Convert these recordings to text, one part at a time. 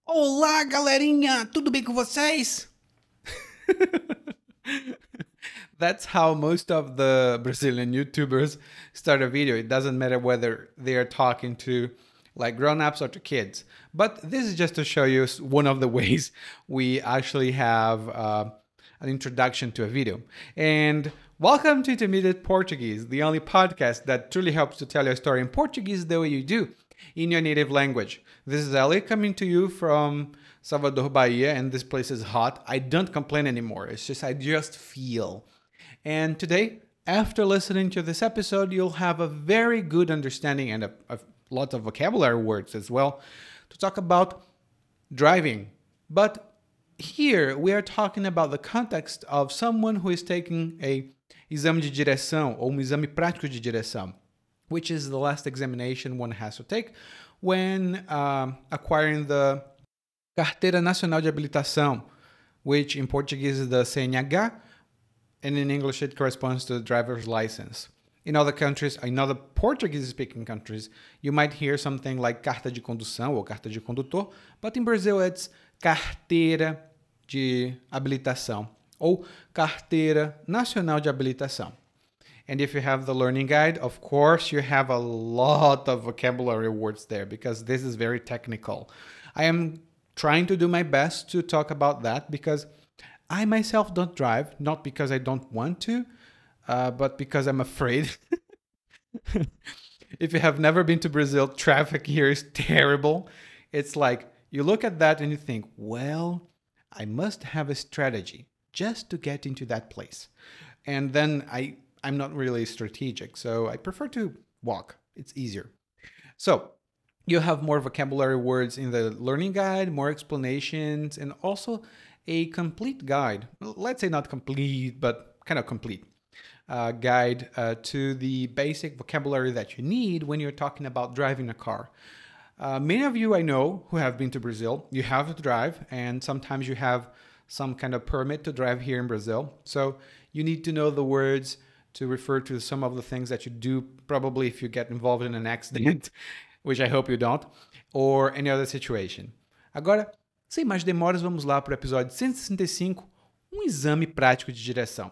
Olá, galerinha! Tudo bem com vocês? That's how most of the Brazilian YouTubers start a video. It doesn't matter whether they are talking to like grown-ups or to kids. But this is just to show you one of the ways we actually have an introduction to a video. And welcome to Intermediate Portuguese, the only podcast that truly helps to tell your story in Portuguese the way you do, in your native language. This is Ali coming to you from Salvador, Bahia, and this place is hot. I don't complain anymore. It's just I just feel. And today, after listening to this episode, you'll have a very good understanding and a lot of vocabulary words as well to talk about driving. But here we are talking about the context of someone who is taking a exame de direção ou exame prático de direção, which is the last examination one has to take when acquiring the Carteira Nacional de Habilitação, which in Portuguese is the CNH, and in English it corresponds to the driver's license. In other countries, in other Portuguese-speaking countries, you might hear something like carta de condução ou carta de condutor, but in Brazil it's carteira de habilitação ou carteira nacional de habilitação. And if you have the learning guide, of course, you have a lot of vocabulary words there because this is very technical. I am trying to do my best to talk about that because I myself don't drive, not because I don't want to, but because I'm afraid. If you have never been to Brazil, traffic here is terrible. It's like you look at that and you think, well, I must have a strategy just to get into that place. And then I'm not really strategic, so I prefer to walk. It's easier. So you have more vocabulary words in the learning guide, more explanations, and also a complete guide. Let's say not complete, but kind of complete guide to the basic vocabulary that you need when you're talking about driving a car. Many of you I know who have been to Brazil, you have to drive, and sometimes you have some kind of permit to drive here in Brazil. So you need to know the words to refer to some of the things that you do probably if you get involved in an accident, which I hope you don't, or any other situation. Agora, sem mais demoras, vamos lá para o episódio 165, um exame prático de direção.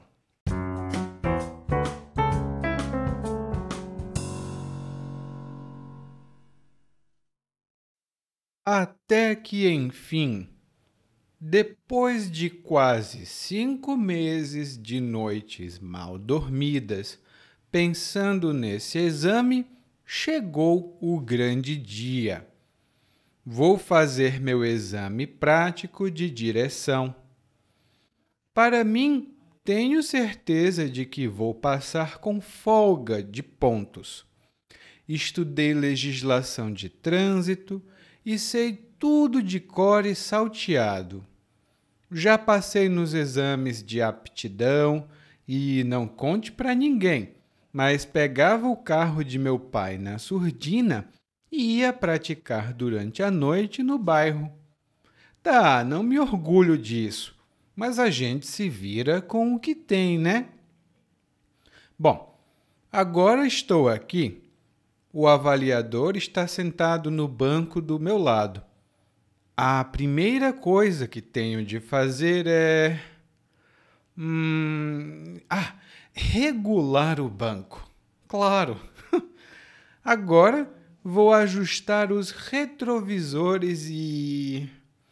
Até que, enfim, depois de quase 5 meses de noites mal dormidas, pensando nesse exame, chegou o grande dia. Vou fazer meu exame prático de direção. Para mim, tenho certeza de que vou passar com folga de pontos. Estudei legislação de trânsito e sei tudo de cor e salteado. Já passei nos exames de aptidão e não conte para ninguém, mas pegava o carro de meu pai na surdina e ia praticar durante a noite no bairro. Tá, não me orgulho disso, mas a gente se vira com o que tem, né? Bom, agora estou aqui. O avaliador está sentado no banco do meu lado. A primeira coisa que tenho de fazer é... regular o banco. Claro. Agora vou ajustar os retrovisores e...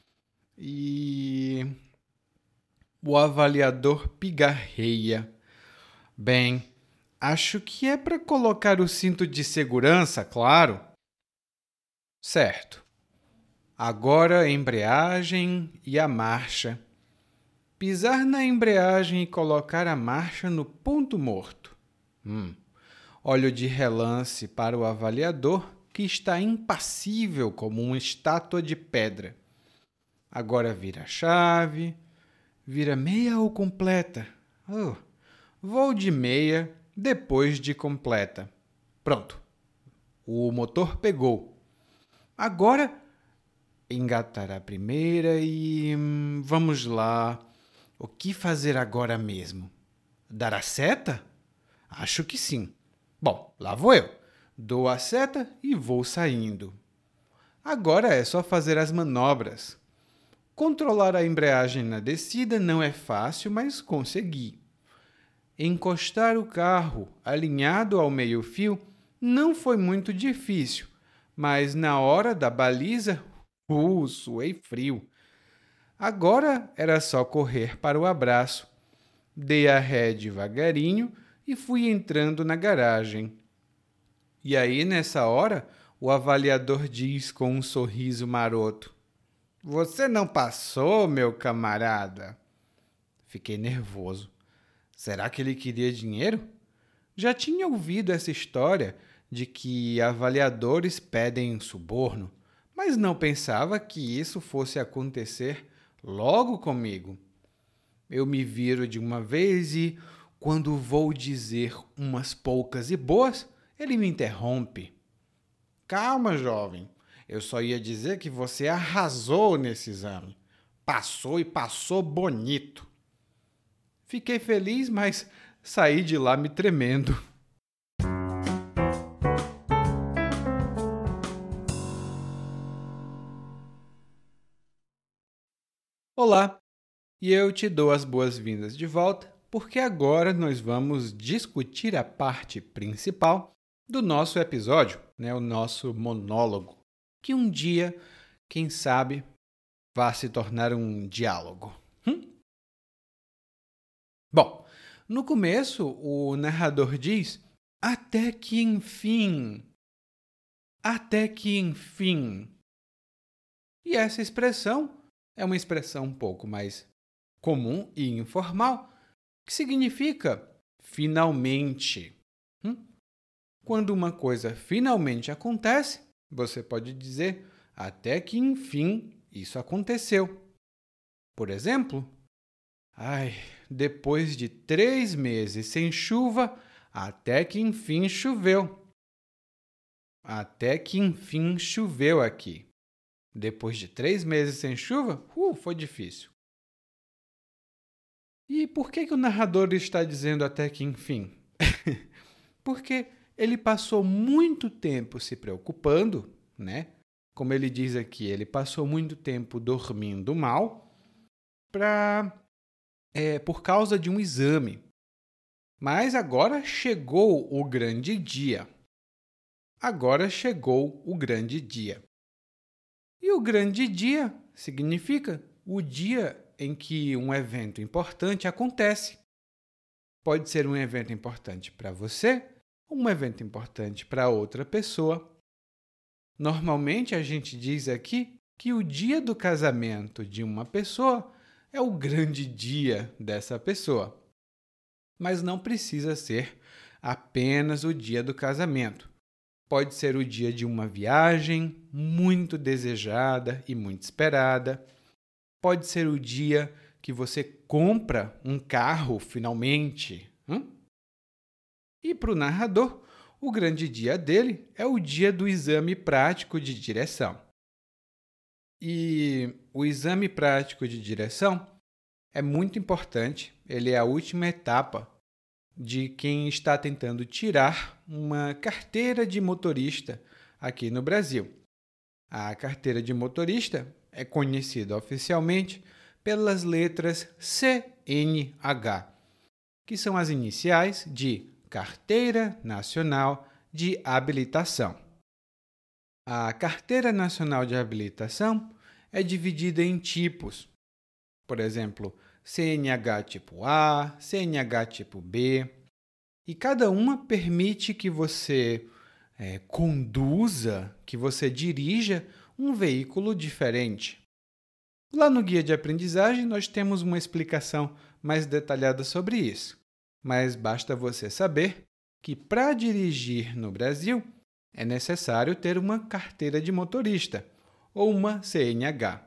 O avaliador pigarreia. Bem, acho que é para colocar o cinto de segurança, claro. Certo. Agora a embreagem e a marcha. Pisar na embreagem e colocar a marcha no ponto morto. Olho de relance para o avaliador, que está impassível como uma estátua de pedra. Agora vira a chave, vira meia ou completa. Vou de meia, depois de completa. Pronto. O motor pegou. Agora engatar a primeira e... vamos lá. O que fazer agora mesmo? Dar a seta? Acho que sim. Bom, lá vou eu. Dou a seta e vou saindo. Agora é só fazer as manobras. Controlar a embreagem na descida não é fácil, mas consegui. Encostar o carro alinhado ao meio-fio não foi muito difícil, mas na hora da baliza, suei frio. Agora era só correr para o abraço. Dei a ré devagarinho e fui entrando na garagem. E aí, nessa hora, o avaliador diz com um sorriso maroto: Você não passou, meu camarada? Fiquei nervoso. Será que ele queria dinheiro? Já tinha ouvido essa história de que avaliadores pedem suborno, mas não pensava que isso fosse acontecer logo comigo. Eu me viro de uma vez e, quando vou dizer umas poucas e boas, ele me interrompe. Calma, jovem. Eu só ia dizer que você arrasou nesse exame. Passou e passou bonito. Fiquei feliz, mas saí de lá me tremendo. Olá, e eu te dou as boas-vindas de volta, porque agora nós vamos discutir a parte principal do nosso episódio, o nosso monólogo, que um dia, quem sabe, vai se tornar um diálogo. Bom, no começo, o narrador diz: até que enfim. Até que enfim. E essa expressão é uma expressão um pouco mais comum e informal, que significa finalmente. Quando uma coisa finalmente acontece, você pode dizer até que enfim isso aconteceu. Por exemplo, depois de 3 meses sem chuva, até que enfim choveu. Até que enfim choveu aqui. Depois de 3 meses sem chuva, foi difícil. E por que o narrador está dizendo até que enfim? Porque ele passou muito tempo se preocupando, né? Como ele diz aqui, ele passou muito tempo dormindo mal por causa de um exame. Mas agora chegou o grande dia. Agora chegou o grande dia. E o grande dia significa o dia em que um evento importante acontece. Pode ser um evento importante para você, um evento importante para outra pessoa. Normalmente a gente diz aqui que o dia do casamento de uma pessoa é o grande dia dessa pessoa. Mas não precisa ser apenas o dia do casamento. Pode ser o dia de uma viagem muito desejada e muito esperada. Pode ser o dia que você compra um carro finalmente. E para o narrador, o grande dia dele é o dia do exame prático de direção. E o exame prático de direção é muito importante, ele é a última etapa de quem está tentando tirar uma carteira de motorista aqui no Brasil. A carteira de motorista é conhecida oficialmente pelas letras CNH, que são as iniciais de Carteira Nacional de Habilitação. A Carteira Nacional de Habilitação é dividida em tipos. Por exemplo, CNH tipo A, CNH tipo B, e cada uma permite que você conduza, que você dirija um veículo diferente. Lá no guia de aprendizagem, nós temos uma explicação mais detalhada sobre isso, mas basta você saber que para dirigir no Brasil é necessário ter uma carteira de motorista ou uma CNH.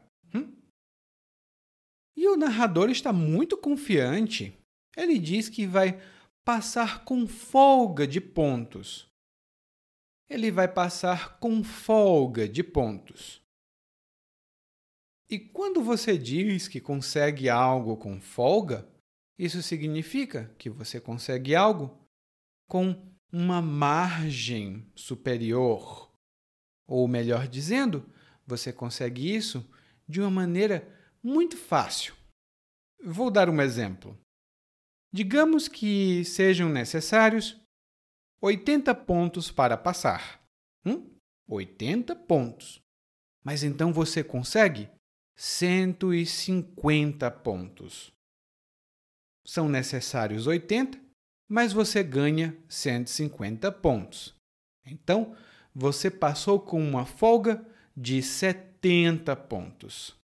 E o narrador está muito confiante. Ele diz que vai passar com folga de pontos. Ele vai passar com folga de pontos. E quando você diz que consegue algo com folga, isso significa que você consegue algo com uma margem superior. Ou melhor dizendo, você consegue isso de uma maneira muito fácil. Vou dar um exemplo. Digamos que sejam necessários 80 pontos para passar. 80 pontos. Mas então você consegue 150 pontos. São necessários 80, mas você ganha 150 pontos. Então, você passou com uma folga de 70 pontos.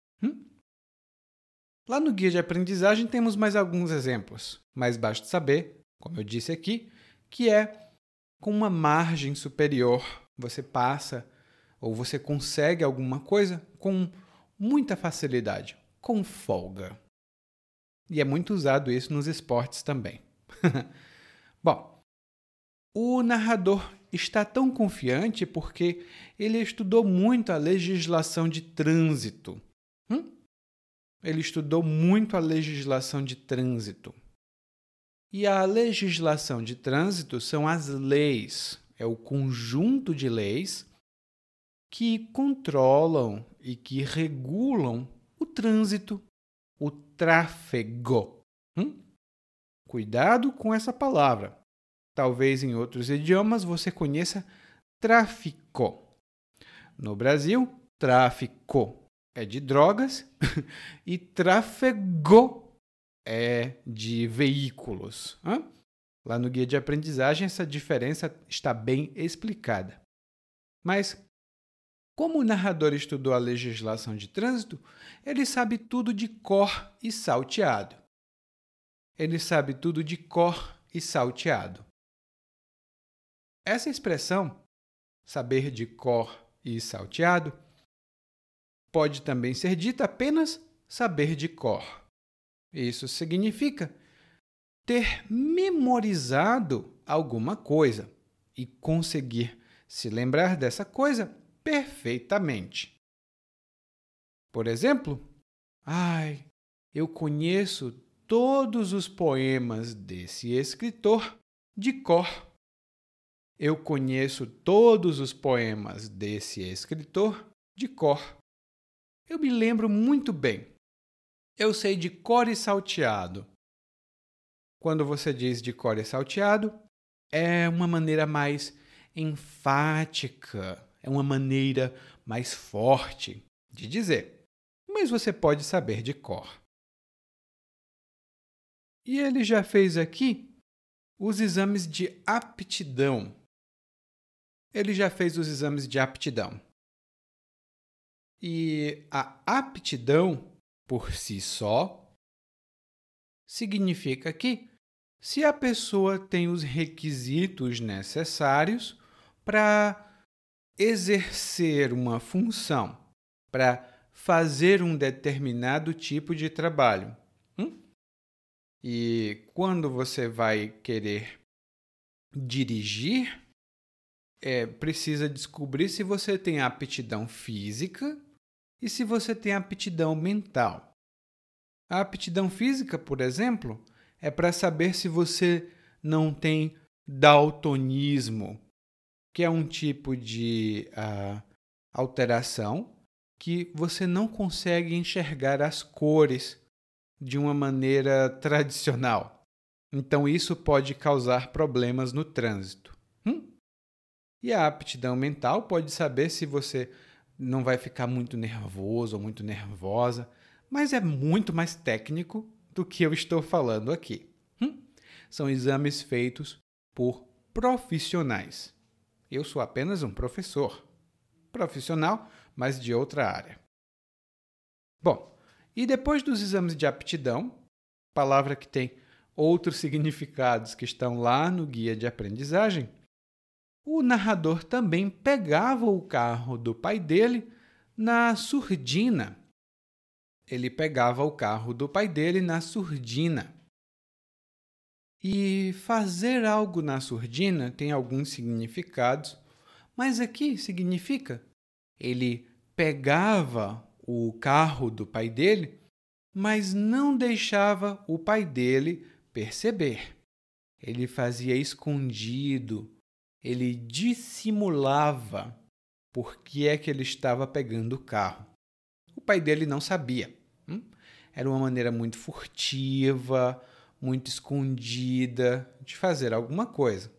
Lá no guia de aprendizagem temos mais alguns exemplos, mas basta saber, como eu disse aqui, que é com uma margem superior você passa ou você consegue alguma coisa com muita facilidade, com folga. E é muito usado isso nos esportes também. Bom, o narrador está tão confiante porque ele estudou muito a legislação de trânsito. Ele estudou muito a legislação de trânsito. E a legislação de trânsito são as leis, é o conjunto de leis que controlam e que regulam o trânsito, o tráfego. Cuidado com essa palavra. Talvez em outros idiomas você conheça tráfico. No Brasil, tráfico é de drogas e tráfego é de veículos. Lá no guia de aprendizagem, essa diferença está bem explicada. Mas, como o narrador estudou a legislação de trânsito, ele sabe tudo de cor e salteado. Ele sabe tudo de cor e salteado. Essa expressão, saber de cor e salteado, pode também ser dita apenas saber de cor. Isso significa ter memorizado alguma coisa e conseguir se lembrar dessa coisa perfeitamente. Por exemplo, eu conheço todos os poemas desse escritor de cor. Eu conheço todos os poemas desse escritor de cor. Eu me lembro muito bem. Eu sei de cor e salteado. Quando você diz de cor e salteado, é uma maneira mais enfática, é uma maneira mais forte de dizer. Mas você pode saber de cor. E ele já fez aqui os exames de aptidão. Ele já fez os exames de aptidão. E a aptidão, por si só, significa que se a pessoa tem os requisitos necessários para exercer uma função, para fazer um determinado tipo de trabalho. E quando você vai querer dirigir, precisa descobrir se você tem aptidão física e se você tem aptidão mental. A aptidão física, por exemplo, é para saber se você não tem daltonismo, que é um tipo de alteração que você não consegue enxergar as cores de uma maneira tradicional. Então, isso pode causar problemas no trânsito. E a aptidão mental pode saber se você não vai ficar muito nervoso ou muito nervosa, mas é muito mais técnico do que eu estou falando aqui. São exames feitos por profissionais. Eu sou apenas um professor. Profissional, mas de outra área. Bom, e depois dos exames de aptidão, palavra que tem outros significados que estão lá no guia de aprendizagem, o narrador também pegava o carro do pai dele na surdina. Ele pegava o carro do pai dele na surdina. E fazer algo na surdina tem alguns significados, mas aqui significa ele pegava o carro do pai dele, mas não deixava o pai dele perceber. Ele fazia escondido, ele dissimulava. por que é que ele estava pegando o carro. O pai dele não sabia. Era uma maneira muito furtiva, muito escondida de fazer alguma coisa.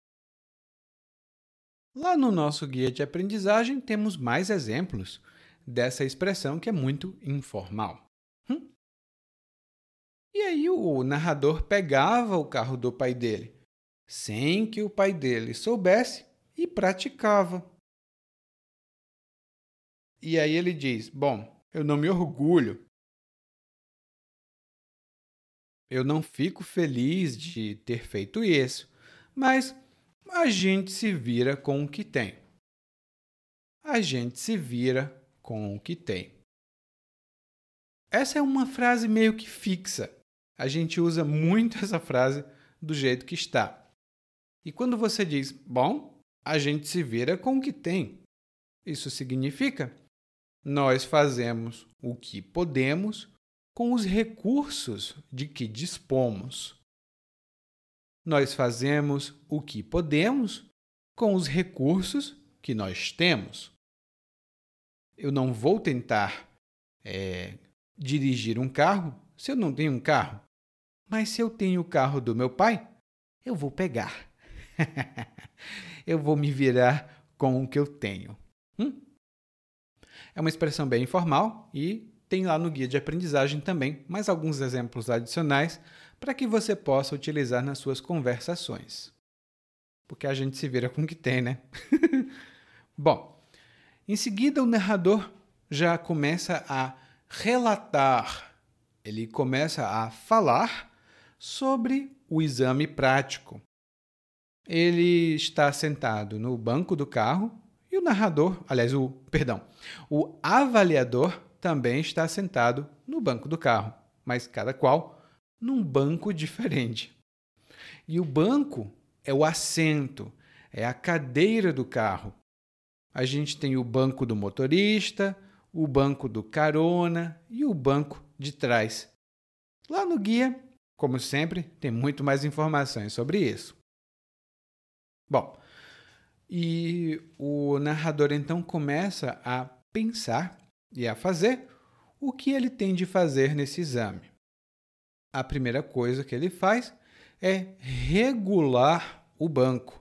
Lá no nosso guia de aprendizagem temos mais exemplos dessa expressão que é muito informal. E aí o narrador pegava o carro do pai dele, sem que o pai dele soubesse, e praticava. E aí ele diz: bom, eu não me orgulho, eu não fico feliz de ter feito isso, mas a gente se vira com o que tem. A gente se vira com o que tem. Essa é uma frase meio que fixa. A gente usa muito essa frase do jeito que está. E quando você diz, bom, a gente se vira com o que tem, isso significa nós fazemos o que podemos com os recursos de que dispomos. Nós fazemos o que podemos com os recursos que nós temos. Eu não vou tentar dirigir um carro se eu não tenho um carro. Mas se eu tenho o carro do meu pai, eu vou pegar. Eu vou me virar com o que eu tenho. É uma expressão bem informal e tem lá no guia de aprendizagem também mais alguns exemplos adicionais para que você possa utilizar nas suas conversações. Porque a gente se vira com o que tem, né? Bom, em seguida o narrador já começa a relatar, ele começa a falar sobre o exame prático. Ele está sentado no banco do carro e o narrador, aliás, o avaliador também está sentado no banco do carro, mas cada qual num banco diferente. E o banco é o assento, é a cadeira do carro. A gente tem o banco do motorista, o banco do carona e o banco de trás. Lá no guia, como sempre, tem muito mais informações sobre isso. Bom, e o narrador então começa a pensar e a fazer o que ele tem de fazer nesse exame. A primeira coisa que ele faz é regular o banco.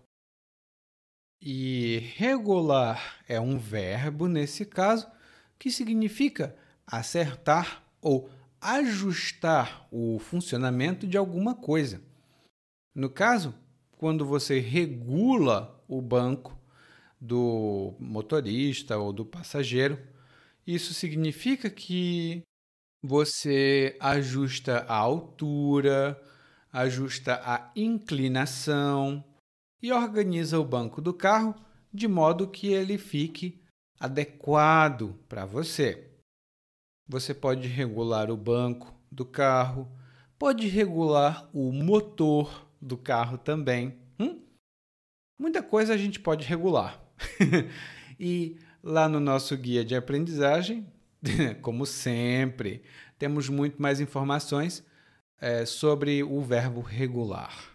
E regular é um verbo, nesse caso, que significa acertar ou ajustar o funcionamento de alguma coisa. No caso, quando você regula o banco do motorista ou do passageiro, isso significa que você ajusta a altura, ajusta a inclinação e organiza o banco do carro de modo que ele fique adequado para você. Você pode regular o banco do carro, pode regular o motor do carro também. Muita coisa a gente pode regular. E lá no nosso guia de aprendizagem, como sempre, temos muito mais informações sobre o verbo regular.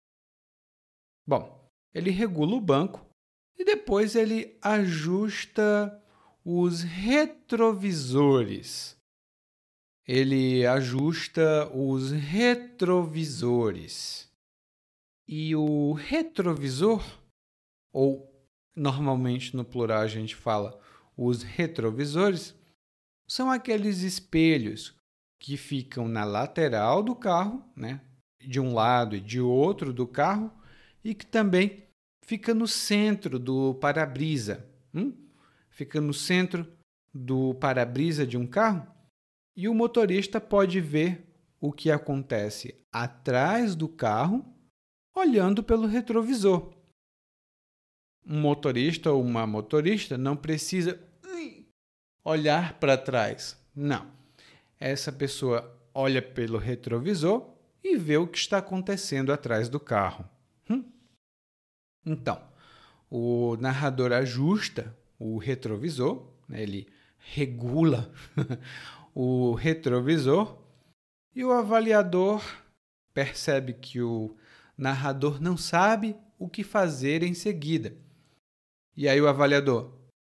Bom, ele regula o banco e depois ele ajusta os retrovisores. Ele ajusta os retrovisores. E o retrovisor, ou normalmente no plural a gente fala os retrovisores, são aqueles espelhos que ficam na lateral do carro, né, de um lado e de outro do carro, e que também fica no centro do para-brisa. Fica no centro do para-brisa de um carro e o motorista pode ver o que acontece atrás do carro olhando pelo retrovisor. Um motorista ou uma motorista não precisa olhar para trás. Não. Essa pessoa olha pelo retrovisor e vê o que está acontecendo atrás do carro. Então, o narrador ajusta o retrovisor, né? Ele regula o retrovisor e o avaliador percebe que o narrador não sabe o que fazer em seguida. E aí o avaliador,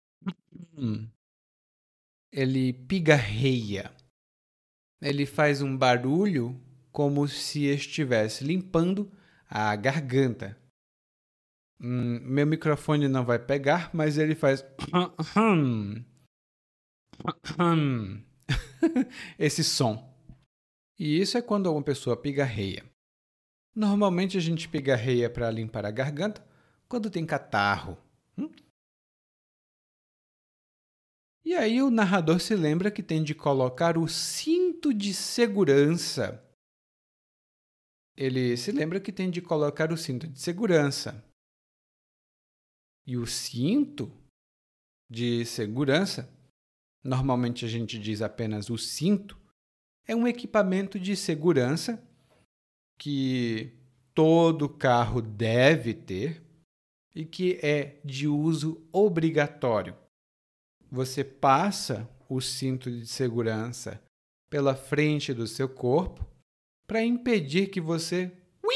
Ele pigarreia. Ele faz um barulho como se estivesse limpando a garganta. Meu microfone não vai pegar, mas ele faz esse som. E isso é quando uma pessoa pigarreia. Normalmente a gente pigarreia para limpar a garganta quando tem catarro. E aí o narrador se lembra que tem de colocar o cinto de segurança. Ele se lembra que tem de colocar o cinto de segurança. E o cinto de segurança, normalmente a gente diz apenas o cinto, é um equipamento de segurança que todo carro deve ter e que é de uso obrigatório. Você passa o cinto de segurança pela frente do seu corpo para impedir que você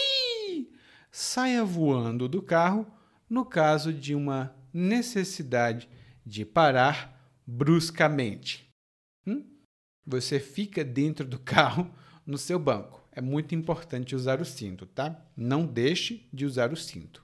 saia voando do carro no caso de uma necessidade de parar bruscamente. Você fica dentro do carro no seu banco. É muito importante usar o cinto, tá? Não deixe de usar o cinto.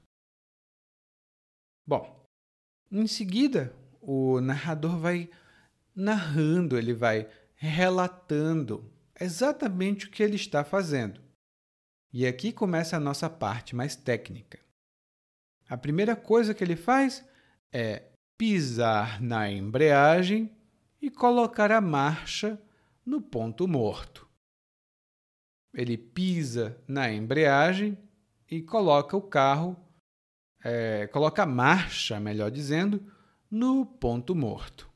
Bom, em seguida, o narrador vai narrando, ele vai relatando exatamente o que ele está fazendo. E aqui começa a nossa parte mais técnica. A primeira coisa que ele faz é pisar na embreagem e colocar a marcha no ponto morto. Ele pisa na embreagem e coloca o carro, coloca a marcha, melhor dizendo, no ponto morto.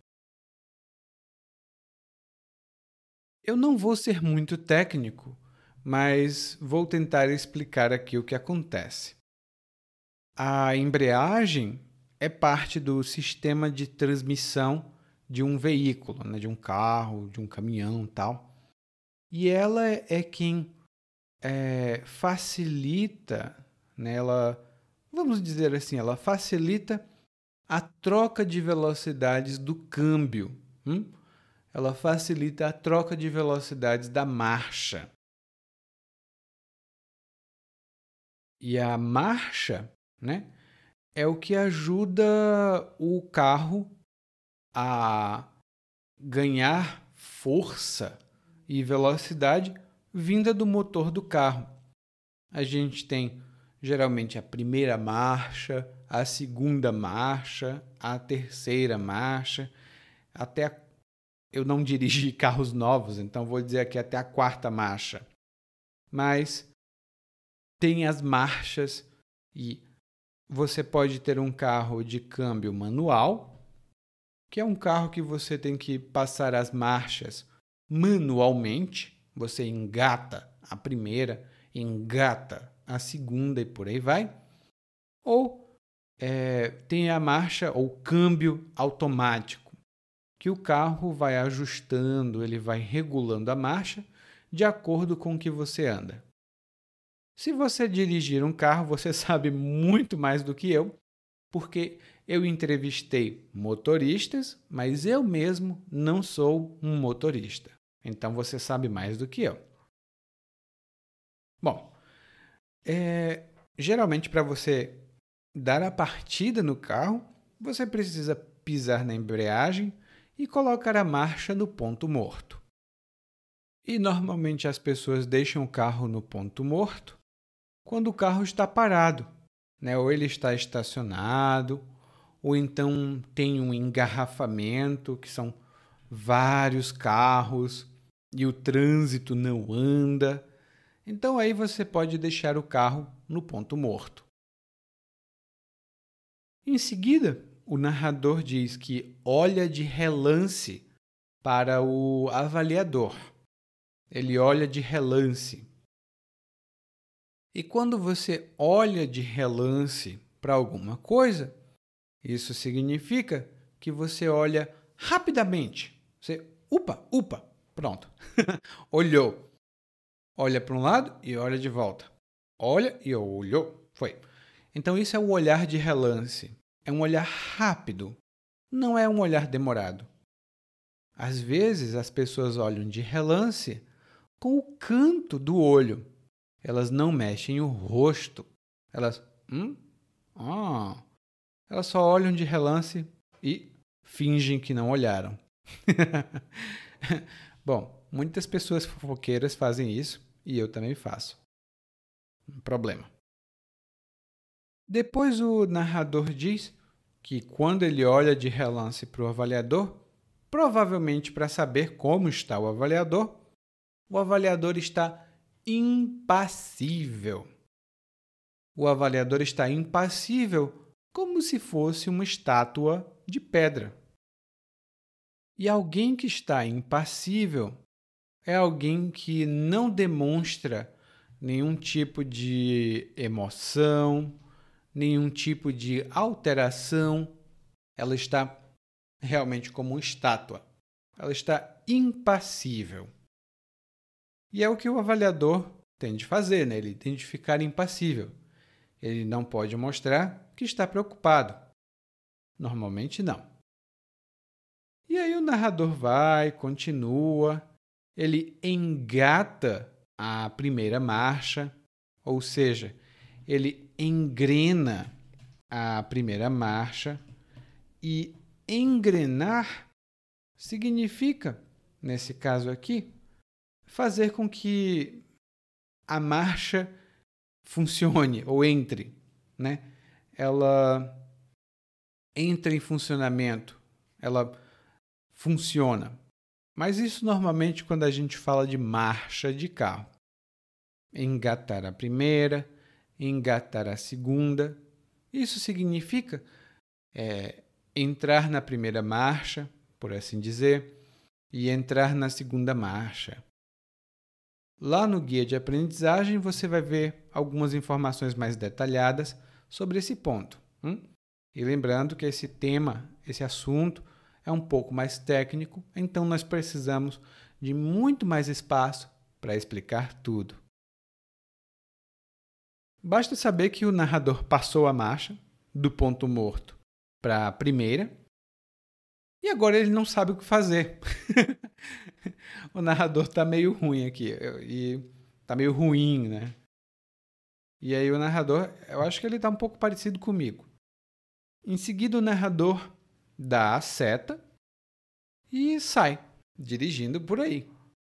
Eu não vou ser muito técnico, mas vou tentar explicar aqui o que acontece. A embreagem é parte do sistema de transmissão de um veículo, né, de um carro, de um caminhão e tal. E ela é quem facilita, né, vamos dizer assim, ela facilita a troca de velocidades do câmbio. Ela facilita a troca de velocidades da marcha. E a marcha, né, é o que ajuda o carro a ganhar força e velocidade vinda do motor do carro. A gente tem geralmente a primeira marcha, a segunda marcha, a terceira marcha, eu não dirigi carros novos, então vou dizer aqui até a quarta marcha. Mas tem as marchas e você pode ter um carro de câmbio manual, que é um carro que você tem que passar as marchas manualmente. Você engata a primeira, engata a segunda e por aí vai. Ou tem a marcha ou câmbio automático, que o carro vai ajustando, ele vai regulando a marcha de acordo com o que você anda. Se você dirigir um carro, você sabe muito mais do que eu, porque eu entrevistei motoristas, mas eu mesmo não sou um motorista. Então você sabe mais do que eu. Bom, geralmente para você dar a partida no carro, você precisa pisar na embreagem e colocar a marcha no ponto morto. E normalmente as pessoas deixam o carro no ponto morto quando o carro está parado, né? Ou ele está estacionado, ou então tem um engarrafamento, que são vários carros e o trânsito não anda. Então aí você pode deixar o carro no ponto morto. Em seguida, o narrador diz que olha de relance para o avaliador. Ele olha de relance. E quando você olha de relance para alguma coisa, isso significa que você olha rapidamente. Você, upa, pronto. Olhou. Olha para um lado e olha de volta. Olha e olhou. Foi. Então isso é o olhar de relance. É um olhar rápido. não é um olhar demorado. Às vezes, as pessoas olham de relance com o canto do olho. Elas não mexem o rosto. Elas, ah, elas só olham de relance e fingem que não olharam. Bom, muitas pessoas fofoqueiras fazem isso e eu também faço. Problema. Depois o narrador diz que quando ele olha de relance para o avaliador, provavelmente para saber como está o avaliador está impassível. O avaliador está impassível como se fosse uma estátua de pedra. E alguém que está impassível é alguém que não demonstra nenhum tipo de emoção, nenhum tipo de alteração. Ela está realmente como uma estátua. Ela está impassível. E é o que o avaliador tem de fazer, né? Ele tem de ficar impassível. Ele não pode mostrar que está preocupado. Normalmente não. E aí o narrador vai, continua, ele engata a primeira marcha, ou seja, ele engrena a primeira marcha e engrenar significa, nesse caso aqui, fazer com que a marcha funcione ou entre, né? Ela entra em funcionamento, ela funciona. Mas isso normalmente quando a gente fala de marcha de carro. Engatar a primeira, engatar a segunda. Isso significa entrar na primeira marcha, por assim dizer, e entrar na segunda marcha. Lá no guia de aprendizagem você vai ver algumas informações mais detalhadas sobre esse ponto. E lembrando que esse tema, esse assunto, é um pouco mais técnico, então nós precisamos de muito mais espaço para explicar tudo. Basta saber que o narrador passou a marcha do ponto morto para a primeira e agora ele não sabe o que fazer. O narrador está meio ruim aqui e está meio ruim, né? E aí o narrador, eu acho que ele está um pouco parecido comigo. Em seguida o narrador dá a seta e sai dirigindo por aí.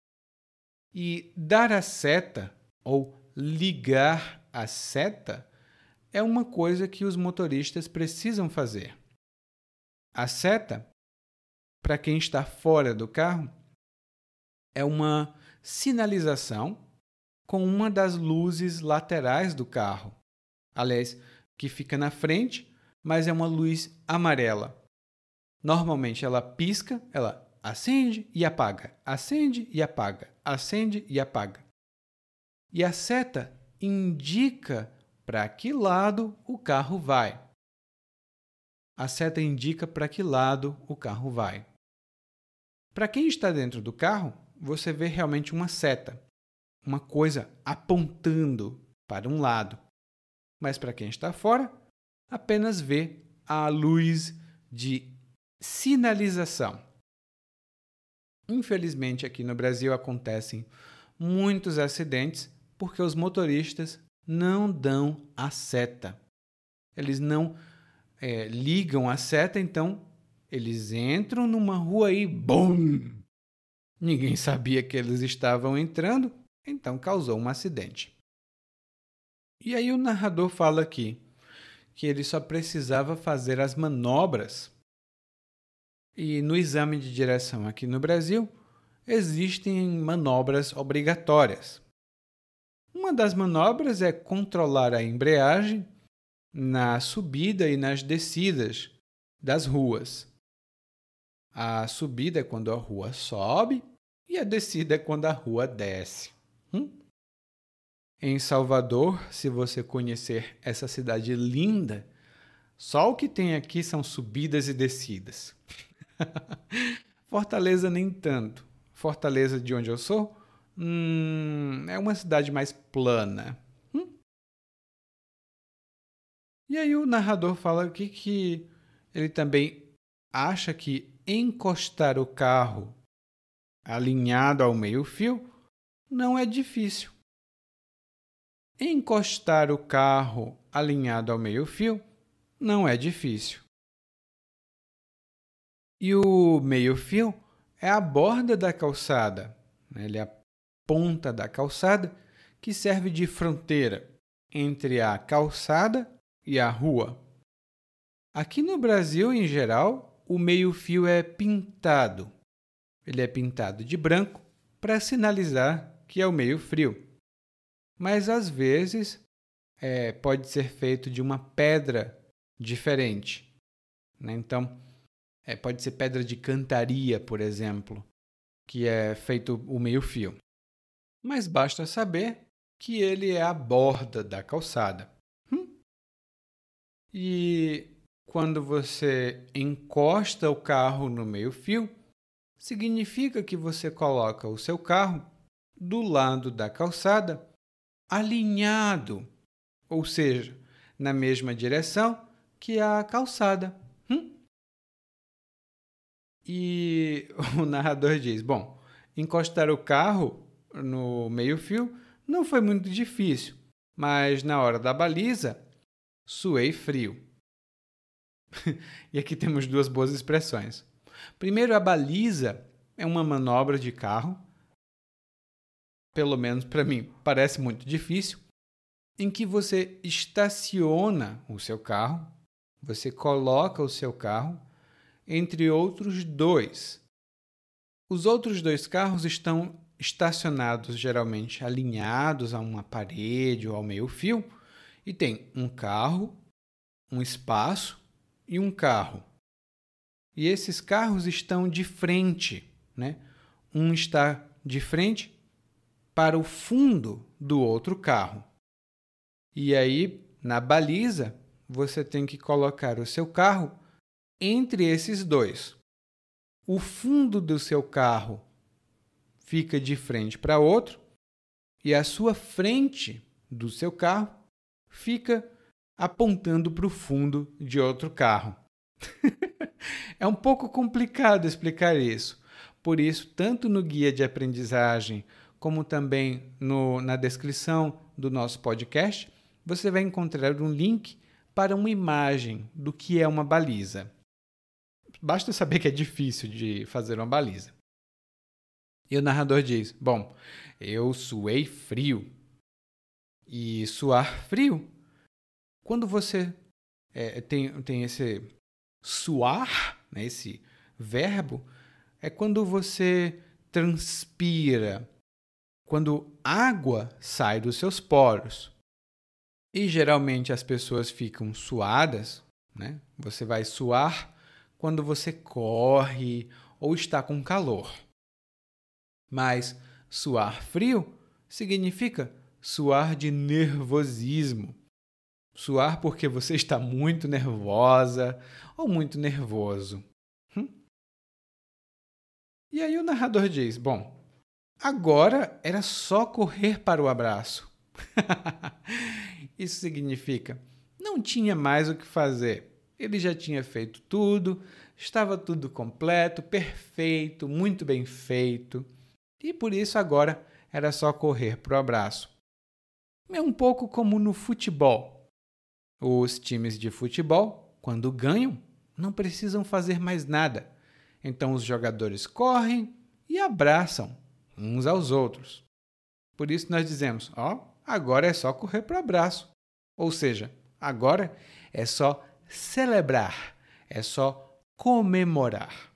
E dar a seta ou ligar a seta é uma coisa que os motoristas precisam fazer. A seta, para quem está fora do carro, é uma sinalização com uma das luzes laterais do carro. Aliás, que fica na frente, mas é uma luz amarela. Normalmente ela pisca, ela acende e apaga, acende e apaga, acende e apaga. E a seta indica para que lado o carro vai. A seta indica para que lado o carro vai. Para quem está dentro do carro, você vê realmente uma seta, uma coisa apontando para um lado. Mas para quem está fora, apenas vê a luz de sinalização. Infelizmente, aqui no Brasil acontecem muitos acidentes porque os motoristas não dão a seta. Eles não ligam a seta, então eles entram numa rua e BUM! Ninguém sabia que eles estavam entrando, então causou um acidente. E aí o narrador fala aqui que ele só precisava fazer as manobras. E no exame de direção aqui no Brasil, existem manobras obrigatórias. Uma das manobras é controlar a embreagem na subida e nas descidas das ruas. A subida é quando a rua sobe e a descida é quando a rua desce. Em Salvador, se você conhecer essa cidade linda, só o que tem aqui são subidas e descidas. Fortaleza nem tanto. Fortaleza, de onde eu sou, é uma cidade mais plana. E aí o narrador fala aqui que ele também acha que encostar o carro alinhado ao meio-fio não é difícil. Encostar o carro alinhado ao meio-fio não é difícil. E o meio-fio é a borda da calçada, né? Ele é a ponta da calçada que serve de fronteira entre a calçada e a rua. Aqui no Brasil, em geral, o meio-fio é pintado. Ele é pintado de branco para sinalizar que é o meio-fio. Mas, às vezes, pode ser feito de uma pedra diferente, né? Então, pode ser pedra de cantaria, por exemplo, que é feito o meio-fio. Mas basta saber que ele é a borda da calçada. E quando você encosta o carro no meio-fio, significa que você coloca o seu carro do lado da calçada, alinhado, ou seja, na mesma direção que a calçada. E o narrador diz: bom, encostar o carro no meio-fio não foi muito difícil, mas na hora da baliza, suei frio. E aqui temos duas boas expressões. Primeiro, a baliza é uma manobra de carro, pelo menos para mim, parece muito difícil, em que você estaciona o seu carro, você coloca o seu carro entre outros dois. Os outros dois carros estão estacionados, geralmente alinhados a uma parede ou ao meio-fio, e tem um carro, um espaço e um carro. E esses carros estão de frente, né? Um está de frente para o fundo do outro carro. E aí, na baliza, você tem que colocar o seu carro entre esses dois. O fundo do seu carro fica de frente para outro e a sua frente do seu carro fica apontando para o fundo de outro carro. É um pouco complicado explicar isso. Por isso, tanto no guia de aprendizagem como também na descrição do nosso podcast, você vai encontrar um link para uma imagem do que é uma baliza. Basta saber que é difícil de fazer uma baliza. E o narrador diz: bom, eu suei frio. E suar frio, quando você tem esse suar, né, esse verbo, é quando você transpira, quando água sai dos seus poros. E geralmente as pessoas ficam suadas, né? Você vai suar quando você corre ou está com calor. Mas suar frio significa suar de nervosismo. Suar porque você está muito nervosa ou muito nervoso. E aí o narrador diz: bom, agora era só correr para o abraço. Isso significa, não tinha mais o que fazer. Ele já tinha feito tudo, estava tudo completo, perfeito, muito bem feito. E por isso agora era só correr para o abraço. É um pouco como no futebol. Os times de futebol, quando ganham, não precisam fazer mais nada. Então os jogadores correm e abraçam uns aos outros. Por isso nós dizemos: agora é só correr para o abraço. Ou seja, agora é só celebrar, é só comemorar.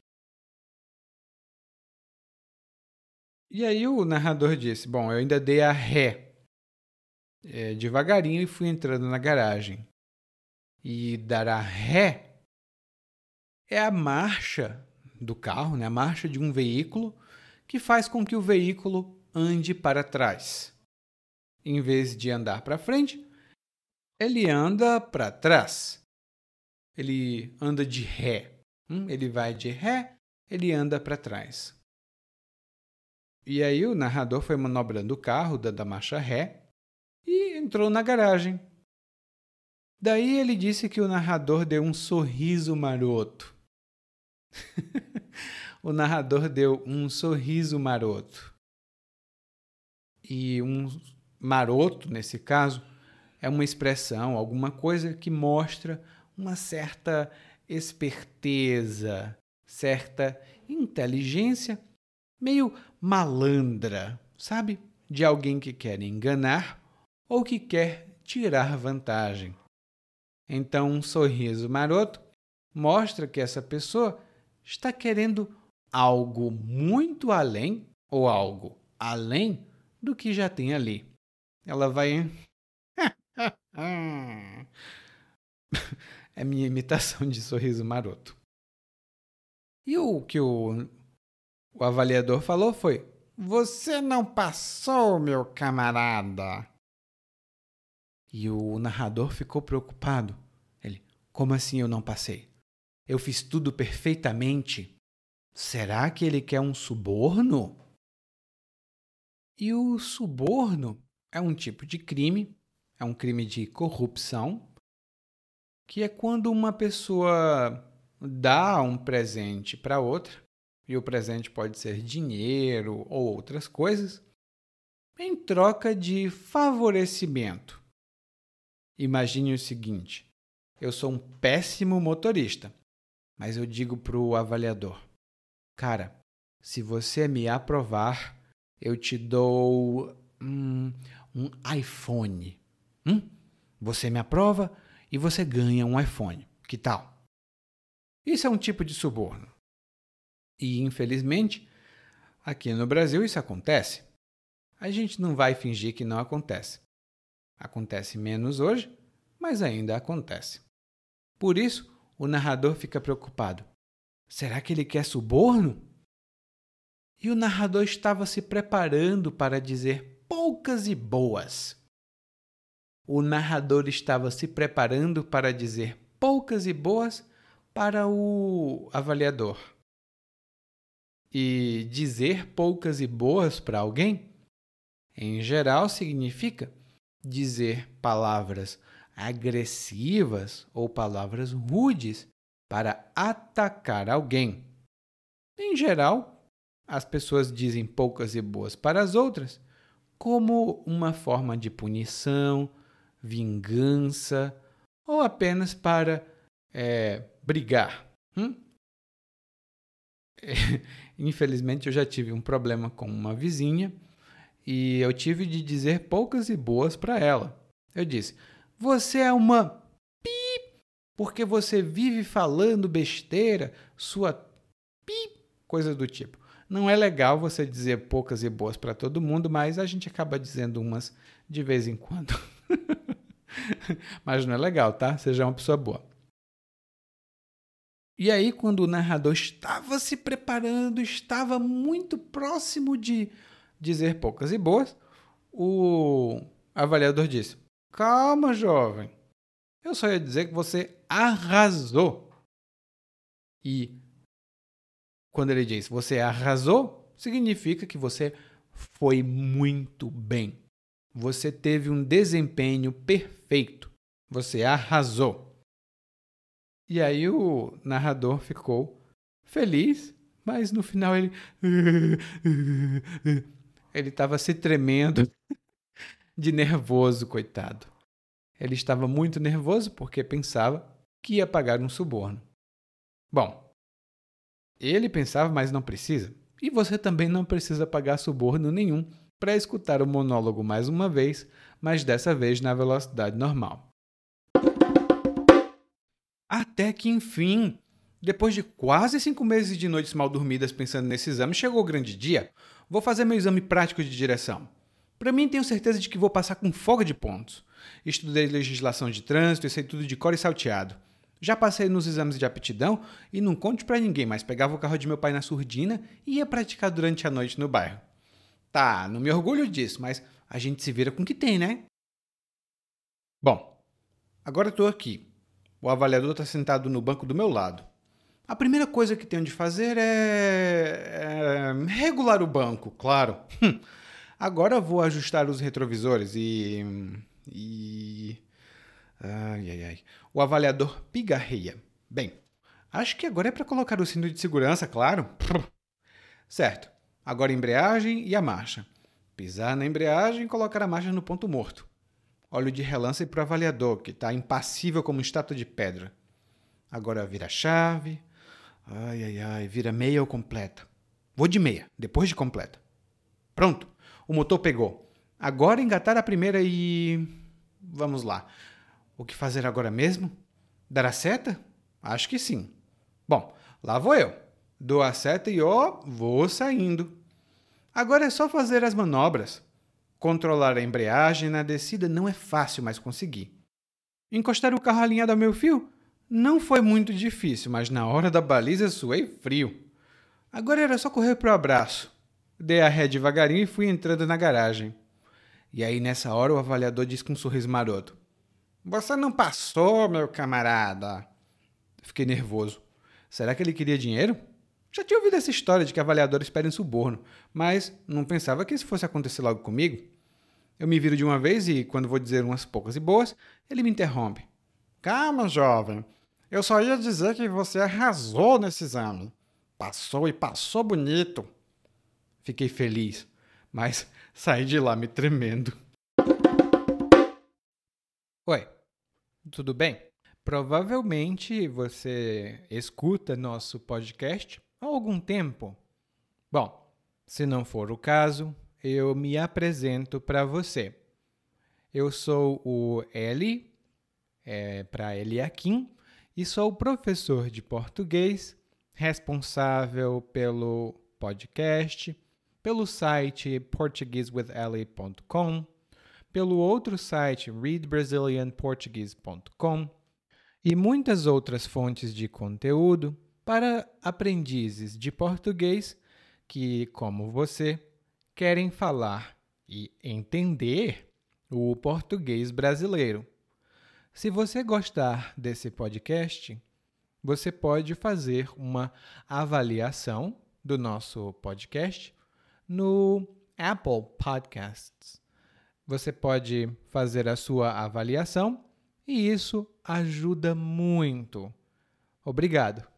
E aí o narrador disse: bom, eu ainda dei a ré devagarinho e fui entrando na garagem. E dar a ré é a marcha do carro, né? A marcha de um veículo que faz com que o veículo ande para trás. Em vez de andar para frente, ele anda para trás. Ele anda de ré. Ele vai de ré, ele anda para trás. E aí o narrador foi manobrando o carro, dando a marcha ré, e entrou na garagem. Daí ele disse que o narrador deu um sorriso maroto. O narrador deu um sorriso maroto. E um maroto, nesse caso, é uma expressão, alguma coisa que mostra uma certa esperteza, certa inteligência, meio malandra, sabe? De alguém que quer enganar ou que quer tirar vantagem. Então, um sorriso maroto mostra que essa pessoa está querendo algo muito além ou algo além do que já tem ali. Ela vai. É minha imitação de sorriso maroto. E o que o avaliador falou foi: Você não passou, meu camarada. E o narrador ficou preocupado. Ele: Como assim eu não passei? Eu fiz tudo perfeitamente. Será que ele quer um suborno? E o suborno é um tipo de crime, é um crime de corrupção, que é quando uma pessoa dá um presente para outra, e o presente pode ser dinheiro ou outras coisas, em troca de favorecimento. Imagine o seguinte: eu sou um péssimo motorista, mas eu digo para o avaliador: Cara, se você me aprovar, eu te dou um iPhone. Você me aprova e você ganha um iPhone. Que tal? Isso é um tipo de suborno. E, infelizmente, aqui no Brasil isso acontece. A gente não vai fingir que não acontece. Acontece menos hoje, mas ainda acontece. Por isso, o narrador fica preocupado. Será que ele quer suborno? E o narrador estava se preparando para dizer poucas e boas. O narrador estava se preparando para dizer poucas e boas para o avaliador. E dizer poucas e boas para alguém, em geral, significa dizer palavras agressivas ou palavras rudes para atacar alguém. Em geral, as pessoas dizem poucas e boas para as outras como uma forma de punição, vingança ou apenas para brigar. Infelizmente, eu já tive um problema com uma vizinha e eu tive de dizer poucas e boas para ela. Eu disse: Você é uma porque você vive falando besteira, sua coisa do tipo. Não é legal você dizer poucas e boas para todo mundo, mas a gente acaba dizendo umas de vez em quando. Mas não é legal, tá? Seja uma pessoa boa. E aí, quando o narrador estava se preparando, estava muito próximo de dizer poucas e boas, o avaliador disse: Calma, jovem. Eu só ia dizer que você arrasou. E quando ele diz você arrasou, significa que você foi muito bem. Você teve um desempenho perfeito. Você arrasou. E aí o narrador ficou feliz, mas no final ele ele estava se tremendo de nervoso, coitado. Ele estava muito nervoso porque pensava que ia pagar um suborno. Bom, ele pensava, mas não precisa. E você também não precisa pagar suborno nenhum para escutar o monólogo mais uma vez, mas dessa vez na velocidade normal. Até que, enfim, depois de quase 5 meses de noites mal dormidas pensando nesse exame, chegou o grande dia. Vou fazer meu exame prático de direção. Para mim, tenho certeza de que vou passar com folga de pontos. Estudei legislação de trânsito e sei tudo de cor e salteado. Já passei nos exames de aptidão e não conte pra ninguém, mas pegava o carro de meu pai na surdina e ia praticar durante a noite no bairro. Tá, não me orgulho disso, mas a gente se vira com o que tem, né? Bom, agora eu tô aqui. O avaliador está sentado no banco do meu lado. A primeira coisa que tenho de fazer é regular o banco, claro. Agora vou ajustar os retrovisores e... Ai, ai, ai. O avaliador pigarreia. Bem, Acho que agora é para colocar o cinto de segurança, claro. Certo. Agora a embreagem e a marcha. Pisar na embreagem e colocar a marcha no ponto morto. Olho de relance para o avaliador, que está impassível como estátua de pedra. Agora vira a chave. Ai, ai, ai, vira meia ou completa. Vou de meia, depois de completa. Pronto, o motor pegou. Agora engatar a primeira e... Vamos lá. O que fazer agora mesmo? Dar a seta? Acho que sim. Bom, lá vou eu. Dou a seta e vou saindo. Agora é só fazer as manobras. Controlar a embreagem na descida não é fácil, mas consegui. Encostar o carro alinhado ao meu fio? Não foi muito difícil, mas na hora da baliza suei frio. Agora era só correr pro abraço. Dei a ré devagarinho e fui entrando na garagem. E aí, nessa hora, o avaliador disse com um sorriso maroto: "Você não passou, meu camarada." Fiquei nervoso. Será que ele queria dinheiro? Já tinha ouvido essa história de que avaliadores pedem suborno, mas não pensava que isso fosse acontecer logo comigo. Eu me viro de uma vez e, quando vou dizer umas poucas e boas, ele me interrompe. "Calma, jovem. Eu só ia dizer que você arrasou nesse exame. Passou e passou bonito." Fiquei feliz, mas saí de lá me tremendo. Oi, tudo bem? Provavelmente você escuta nosso podcast há algum tempo. Bom, se não for o caso, eu me apresento para você. Eu sou o Eli, para Eliakim, e sou professor de português, responsável pelo podcast, pelo site portuguesewitheli.com, pelo outro site readbrazilianportuguese.com e muitas outras fontes de conteúdo para aprendizes de português que, como você, querem falar e entender o português brasileiro. Se você gostar desse podcast, você pode fazer uma avaliação do nosso podcast no Apple Podcasts. Você pode fazer a sua avaliação e isso ajuda muito. Obrigado.